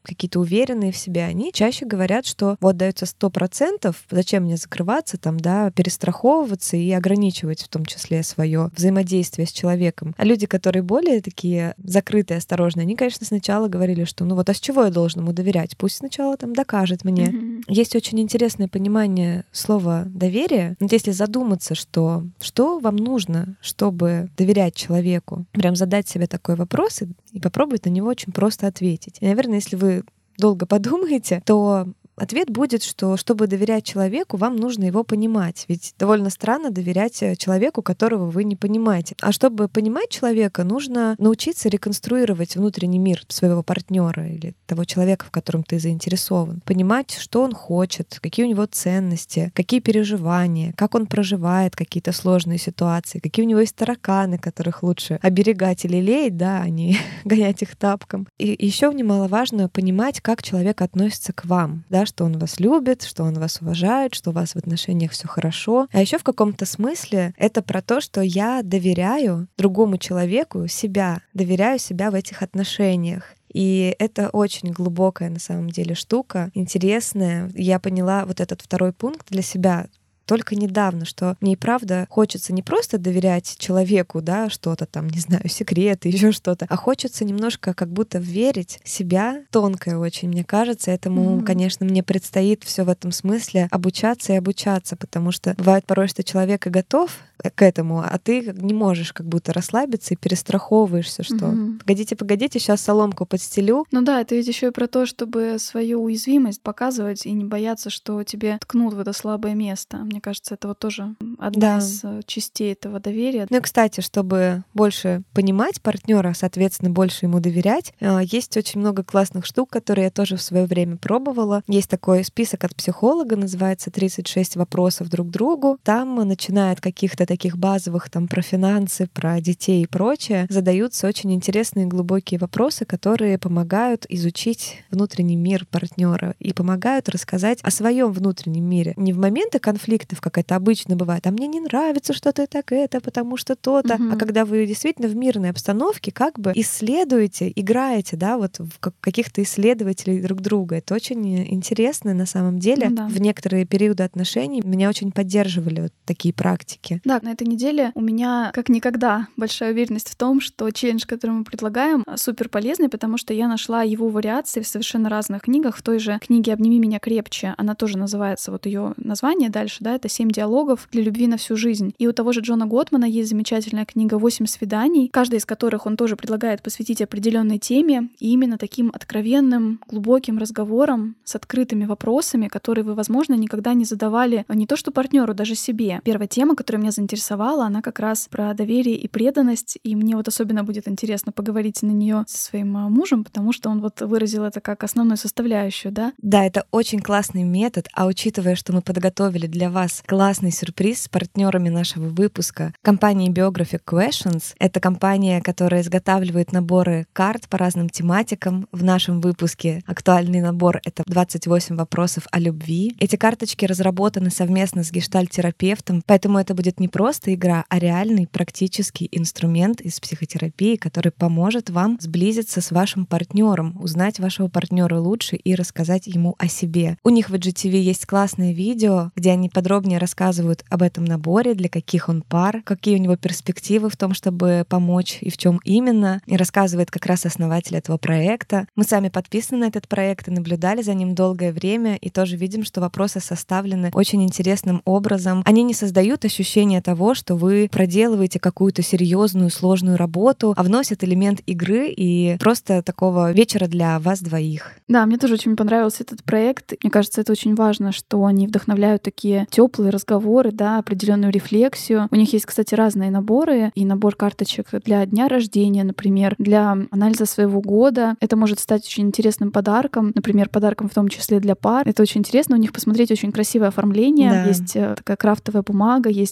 какие-то уверенные в себе, они чаще говорят, что вот дается сто процентов, зачем мне закрываться, там, да, перестраховываться и ограничивать в том числе свое взаимодействие с человеком. А люди, которые более такие закрытые, осторожные, они, конечно, сначала говорили, что ну вот, а с чего я должен ему доверять? Пусть сначала там докажет мне. Mm-hmm. Есть очень интересное понимание слова доверие. Вот если задуматься, что что вам нужно, чтобы доверять человеку, прям задать себе такой вопрос и, и попробовать на него очень просто ответить. И, наверное, если вы долго подумаете, то ответ будет, что чтобы доверять человеку, вам нужно его понимать. Ведь довольно странно доверять человеку, которого вы не понимаете. А чтобы понимать человека, нужно научиться реконструировать внутренний мир своего партнера или того человека, в котором ты заинтересован. Понимать, что он хочет, какие у него ценности, какие переживания, как он проживает какие-то сложные ситуации, какие у него есть тараканы, которых лучше оберегать или лелеять, да, а не гонять их тапком. И еще немаловажно понимать, как человек относится к вам, да, что он вас любит, что он вас уважает, что у вас в отношениях все хорошо. А еще в каком-то смысле это про то, что я доверяю другому человеку себя, доверяю себя в этих отношениях. И это очень глубокая на самом деле штука, интересная. Я поняла вот этот второй пункт для себя только недавно, что мне и правда хочется не просто доверять человеку, да, что-то там, не знаю, секреты, еще что-то, а хочется немножко как будто верить в себя, тонкое очень, мне кажется. Этому, mm-hmm. конечно, мне предстоит все в этом смысле обучаться и обучаться, потому что бывает порой, что человек и готов к этому, а ты не можешь как будто расслабиться и перестраховываешься, что mm-hmm. погодите, погодите, сейчас соломку подстелю. Ну да, это ведь еще и про то, чтобы свою уязвимость показывать и не бояться, что тебе ткнут в это слабое место. Мне кажется, это вот тоже одна да. из частей этого доверия. Ну и, кстати, чтобы больше понимать партнера, соответственно, больше ему доверять, есть очень много классных штук, которые я тоже в свое время пробовала. Есть такой список от психолога, называется тридцать шесть вопросов друг другу. Там, начиная от каких-то таких базовых там про финансы, про детей и прочее, задаются очень интересные глубокие вопросы, которые помогают изучить внутренний мир партнера и помогают рассказать о своем внутреннем мире. Не в моменты конфликта, как это обычно бывает, а мне не нравится, что ты так это, потому что то-то. Uh-huh. А когда вы действительно в мирной обстановке как бы исследуете, играете, да, вот в каких-то исследователей друг друга. Это очень интересно на самом деле. Ну, да. В некоторые периоды отношений меня очень поддерживали вот такие практики. Да, на этой неделе у меня как никогда большая уверенность в том, что челлендж, который мы предлагаем, супер полезный, потому что я нашла его вариации в совершенно разных книгах. В той же книге «Обними меня крепче», она тоже называется, вот ее название дальше, да, это «Семь диалогов для любви на всю жизнь». И у того же Джона Готмана есть замечательная книга «Восемь свиданий», каждая из которых он тоже предлагает посвятить определенной теме, и именно таким откровенным, глубоким разговором с открытыми вопросами, которые вы, возможно, никогда не задавали не то что партнеру, даже себе. Первая тема, которая меня заинтересовала, она как раз про доверие и преданность, и мне вот особенно будет интересно поговорить на нее со своим мужем, потому что он вот выразил это как основную составляющую, да? Да, это очень классный метод, а учитывая, что мы подготовили для вас классный сюрприз с партнерами нашего выпуска, компанией Biographic Questions. Это компания, которая изготавливает наборы карт по разным тематикам. В нашем выпуске актуальный набор — это двадцать восемь вопросов о любви. Эти карточки разработаны совместно с гештальт-терапевтом, поэтому это будет не просто игра, а реальный практический инструмент из психотерапии, который поможет вам сблизиться с вашим партнером, узнать вашего партнера лучше и рассказать ему о себе. У них в джи ти ви есть классное видео, где они подробно подробнее рассказывают об этом наборе, для каких он пар, какие у него перспективы в том, чтобы помочь и в чем именно. И рассказывает как раз основатель этого проекта. Мы сами подписаны на этот проект и наблюдали за ним долгое время, и тоже видим, что вопросы составлены очень интересным образом. Они не создают ощущения того, что вы проделываете какую-то серьезную, сложную работу, а вносят элемент игры и просто такого вечера для вас двоих. Да, мне тоже очень понравился этот проект. Мне кажется, это очень важно, что они вдохновляют такие теплые разговоры, да, определенную рефлексию. У них есть, кстати, разные наборы, и набор карточек для дня рождения, например, для анализа своего года. Это может стать очень интересным подарком, например, подарком в том числе для пар. Это очень интересно. У них посмотреть очень красивое оформление. Да. Есть такая крафтовая бумага, есть красивые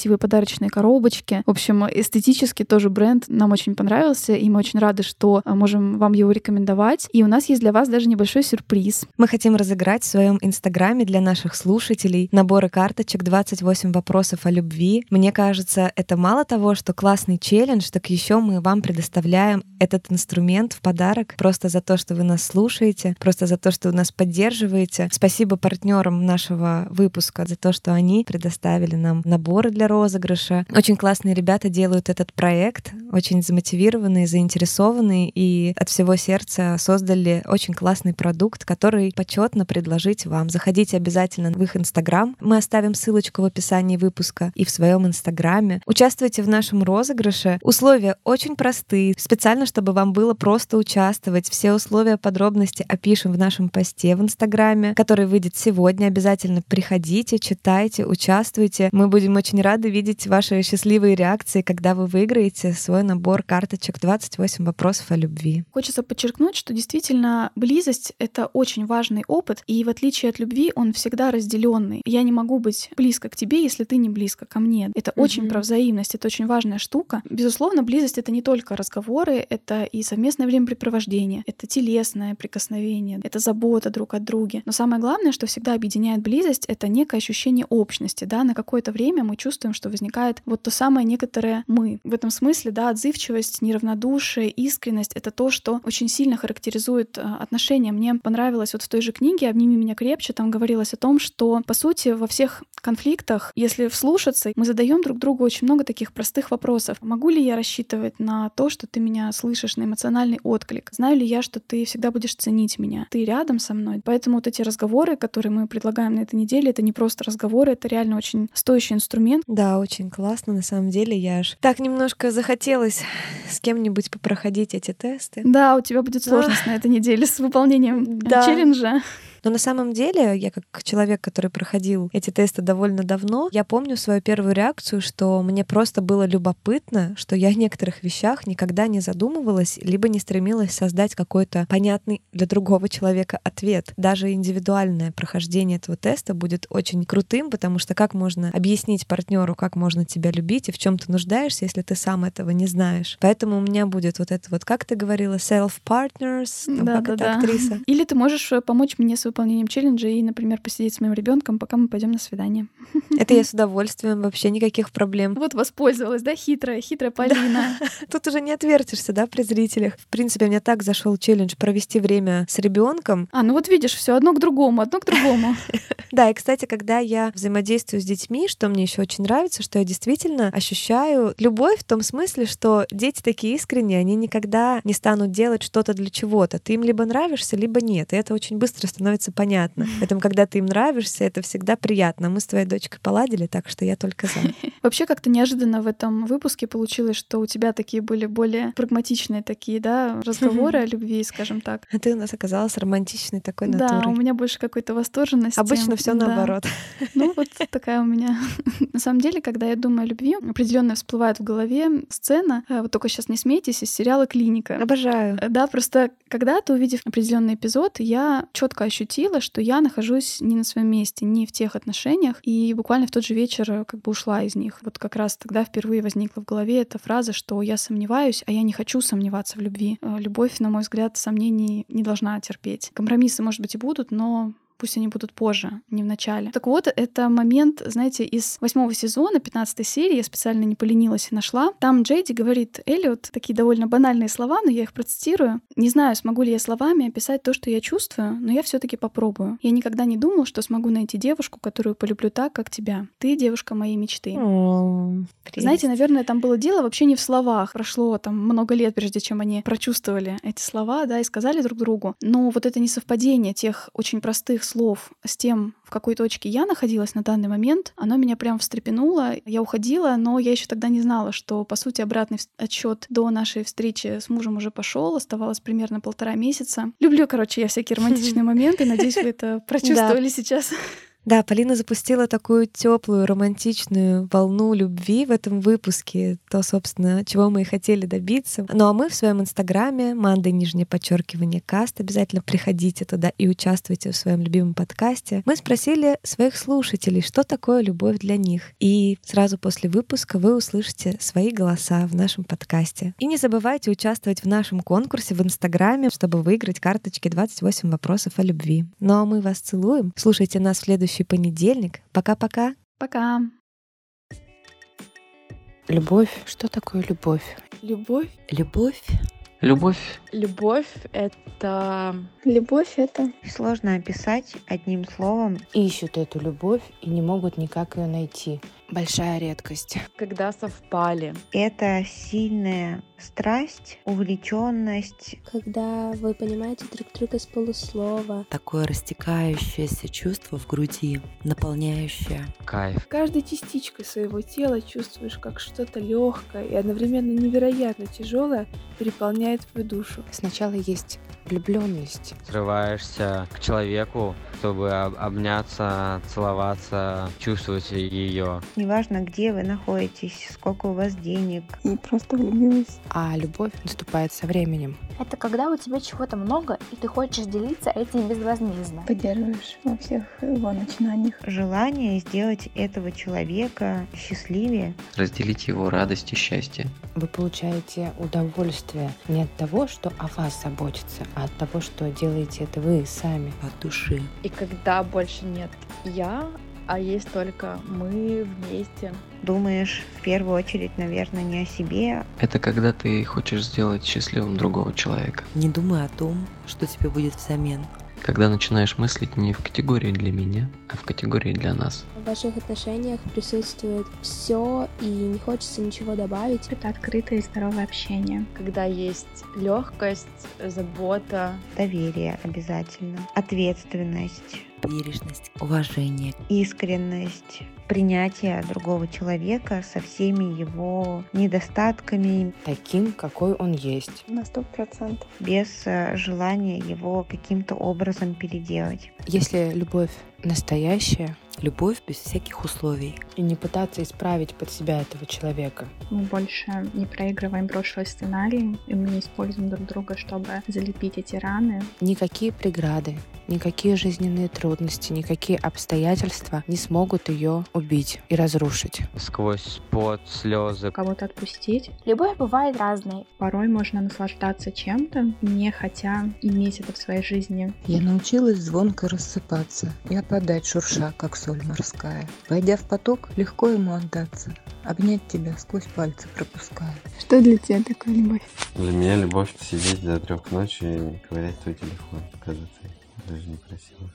красивые подарочные коробочки. В общем, эстетически тоже бренд нам очень понравился, и мы очень рады, что можем вам его рекомендовать. И у нас есть для вас даже небольшой сюрприз. Мы хотим разыграть в своем инстаграме для наших слушателей наборы карточек двадцать восемь вопросов о любви. Мне кажется, это мало того, что классный челлендж, так еще мы вам предоставляем этот инструмент в подарок просто за то, что вы нас слушаете, просто за то, что вы нас поддерживаете. Спасибо партнерам нашего выпуска за то, что они предоставили нам наборы для розыгрыша. Очень классные ребята делают этот проект, очень замотивированные, заинтересованные и от всего сердца создали очень классный продукт, который почетно предложить вам. Заходите обязательно в их инстаграм. Мы оставим ссылочку в описании выпуска и в своем инстаграме. Участвуйте в нашем розыгрыше. Условия очень простые. Специально, чтобы вам было просто участвовать. Все условия, подробности опишем в нашем посте в инстаграме, который выйдет сегодня. Обязательно приходите, читайте, участвуйте. Мы будем очень рады видеть ваши счастливые реакции, когда вы выиграете свой набор карточек двадцать восемь вопросов о любви. Хочется подчеркнуть, что действительно близость — это очень важный опыт, и в отличие от любви он всегда разделенный. Я не могу быть близко к тебе, если ты не близко ко мне. Это mm-hmm. очень про взаимность, это очень важная штука. Безусловно, близость — это не только разговоры, это и совместное времяпрепровождение, это телесное прикосновение, это забота друг от друга. Но самое главное, что всегда объединяет близость, это некое ощущение общности. Да? На какое-то время мы чувствуем, что возникает вот то самое некоторое «мы». В этом смысле, да, отзывчивость, неравнодушие, искренность — это то, что очень сильно характеризует отношения. Мне понравилось вот в той же книге «Обними меня крепче», там говорилось о том, что, по сути, во всех конфликтах, если вслушаться, мы задаем друг другу очень много таких простых вопросов. Могу ли я рассчитывать на то, что ты меня слышишь, на эмоциональный отклик? Знаю ли я, что ты всегда будешь ценить меня? Ты рядом со мной? Поэтому вот эти разговоры, которые мы предлагаем на этой неделе, это не просто разговоры, это реально очень стоящий инструмент. Да, очень классно, на самом деле. Я аж так немножко захотелось с кем-нибудь попроходить эти тесты. Да, у тебя будет сложность на этой неделе с выполнением да. челленджа. Но на самом деле, я как человек, который проходил эти тесты довольно давно, я помню свою первую реакцию, что мне просто было любопытно, что я о некоторых вещах никогда не задумывалась, либо не стремилась создать какой-то понятный для другого человека ответ. Даже индивидуальное прохождение этого теста будет очень крутым, потому что как можно объяснить партнеру, как можно тебя любить и в чем ты нуждаешься, если ты сам этого не знаешь. Поэтому у меня будет вот это вот, как ты говорила, self-partners, там, да, как да, это да. актриса. Или ты можешь помочь мне с выполнением челленджа и, например, посидеть с моим ребенком, пока мы пойдем на свидание. Это я с удовольствием, вообще никаких проблем. Вот воспользовалась, да, хитрая, хитрая Полина. Да. Тут уже не отвертишься, да, при зрителях. В принципе, мне так зашел челлендж провести время с ребенком. А, ну вот видишь, все одно к другому, одно к другому. Да, и, кстати, когда я взаимодействую с детьми, что мне еще очень нравится, что я действительно ощущаю любовь в том смысле, что дети такие искренние, они никогда не станут делать что-то для чего-то. Ты им либо нравишься, либо нет. И это очень быстро становится понятно. Поэтому, когда ты им нравишься, это всегда приятно. Мы с твоей дочкой поладили, так что я только за. Вообще как-то неожиданно в этом выпуске получилось, что у тебя такие были более прагматичные такие, да, разговоры о любви, скажем так. А ты у нас оказалась романтичной такой натурой. Да, у меня больше какой-то восторженности. Обычно все да. наоборот. Ну вот такая у меня. На самом деле, когда я думаю о любви, определенно всплывает в голове сцена, вот только сейчас не смейтесь, из сериала «Клиника». Обожаю. Да, просто когда-то, увидев определенный эпизод, я четко ощутила, что я нахожусь не на своем месте, не в тех отношениях, и буквально в тот же вечер как бы ушла из них. Вот как раз тогда впервые возникла в голове эта фраза, что я сомневаюсь, а я не хочу сомневаться в любви. Любовь, на мой взгляд, сомнений не должна терпеть. Компромиссы, может быть, и будут, но пусть они будут позже, не в начале. Так вот, это момент, знаете, из восьмого сезона, пятнадцатой серии, я специально не поленилась и нашла. Там Джейди говорит Эллиот такие довольно банальные слова, но я их процитирую. «Не знаю, смогу ли я словами описать то, что я чувствую, но я все таки попробую. Я никогда не думал, что смогу найти девушку, которую полюблю так, как тебя. Ты — девушка моей мечты». О, знаете, наверное, там было дело вообще не в словах. Прошло там много лет, прежде чем они прочувствовали эти слова, да, и сказали друг другу. Но вот это несовпадение тех очень простых слов с тем, в какой точке я находилась на данный момент, оно меня прям встрепенуло. Я уходила, но я еще тогда не знала, что, по сути, обратный отсчет до нашей встречи с мужем уже пошел. Оставалось примерно полтора месяца. Люблю, короче, я всякие романтичные моменты. Надеюсь, вы это прочувствовали сейчас. Да, Полина запустила такую теплую, романтичную волну любви в этом выпуске, то, собственно, чего мы и хотели добиться. Ну а мы в своем инстаграме Манда, нижнее подчеркивание, каст, обязательно приходите туда и участвуйте в своем любимом подкасте. Мы спросили своих слушателей, что такое любовь для них. И сразу после выпуска вы услышите свои голоса в нашем подкасте. И не забывайте участвовать в нашем конкурсе в инстаграме, чтобы выиграть карточки двадцать восемь вопросов о любви. Ну а мы вас целуем. Слушайте нас в следующий понедельник. Пока-пока. Пока. Любовь. Что такое любовь? Любовь. Любовь. Любовь. Любовь — это... Любовь — это... Сложно описать одним словом. Ищут эту любовь и не могут никак ее найти. Большая редкость. Когда совпали. Это сильная страсть, увлеченность. Когда вы понимаете друг друга с полуслова. Такое растекающееся чувство в груди, наполняющее. Кайф. Каждой частичкой своего тела чувствуешь, как что-то легкое и одновременно невероятно тяжелое переполняет твою душу. Сначала есть влюбленность. Срываешься к человеку, чтобы об- обняться, целоваться, чувствовать ее. Неважно, где вы находитесь, сколько у вас денег. И просто влюбилась. А любовь наступает со временем. Это когда у тебя чего-то много, и ты хочешь делиться этим безвозмездно. Поддерживаешь во всех его начинаниях. Желание сделать этого человека счастливее. Разделить его радость и счастье. Вы получаете удовольствие не от того, что о вас заботится, а от того, что делаете это вы сами, от души. И когда больше нет «я», а есть только мы вместе. Думаешь в первую очередь, наверное, не о себе. Это когда ты хочешь сделать счастливым другого человека. Не думай о том, что тебе будет взамен. Когда начинаешь мыслить не в категории для меня, а в категории для нас. В ваших отношениях присутствует все, и не хочется ничего добавить. Это открытое и здоровое общение. Когда есть легкость, забота. Доверие обязательно. Ответственность. Бережность, уважение. Искренность. Принятие другого человека со всеми его недостатками. Таким, какой он есть. На сто процентов. Без э, желания его каким-то образом переделать. Если любовь настоящая, любовь без всяких условий. И не пытаться исправить под себя этого человека. Мы больше не проигрываем прошлый сценарий, и мы не используем друг друга, чтобы залепить эти раны. Никакие преграды, никакие жизненные трудности, никакие обстоятельства не смогут ее убить и разрушить. Сквозь пот, слезы. Кого-то отпустить. Любовь бывает разной. Порой можно наслаждаться чем-то, не хотя иметь это в своей жизни. Я научилась звонко рассыпаться и опадать, шурша, как соль морская. Войдя в поток, легко ему отдаться, обнять тебя сквозь пальцы пропуская. Что для тебя такое любовь? Для меня любовь — это сидеть до трех ночи и ковырять твой телефон, когда ты даже не просила.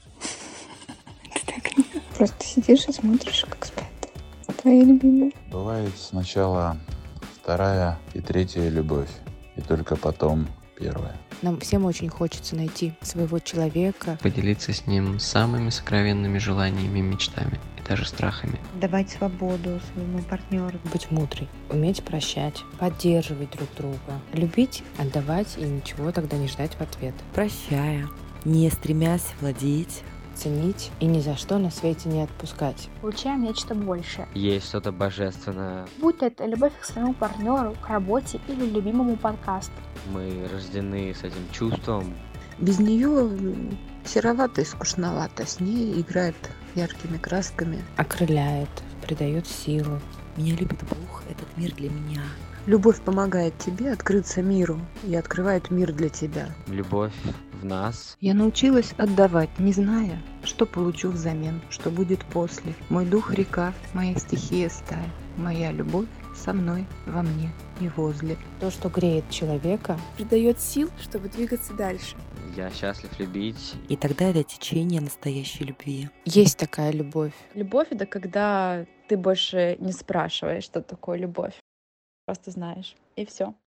Ты так не... Просто сидишь и смотришь, как спят твои любимые. Бывает сначала вторая и третья любовь, и только потом первая. Нам всем очень хочется найти своего человека. Поделиться с ним самыми сокровенными желаниями и мечтами, и даже страхами. Давать свободу своему партнеру. Быть мудрой, уметь прощать, поддерживать друг друга, любить, отдавать и ничего тогда не ждать в ответ. Прощая, не стремясь владеть, ценить и ни за что на свете не отпускать. Получаем нечто большее. Есть что-то божественное. Будь это любовь к своему партнеру, к работе или любимому подкасту. Мы рождены с этим чувством. Без нее серовато и скучновато. С ней играет яркими красками. Окрыляет, придает силу. Меня любит Бог, этот мир для меня. Любовь помогает тебе открыться миру и открывает мир для тебя. Любовь в нас. Я научилась отдавать, не зная, что получу взамен, что будет после. Мой дух — река, моя стихия — стая. Моя любовь со мной, во мне и возле. То, что греет человека, придает сил, чтобы двигаться дальше. Я счастлив любить. И тогда это течение настоящей любви. Есть такая любовь. Любовь — это когда ты больше не спрашиваешь, что такое любовь. Просто знаешь. И все.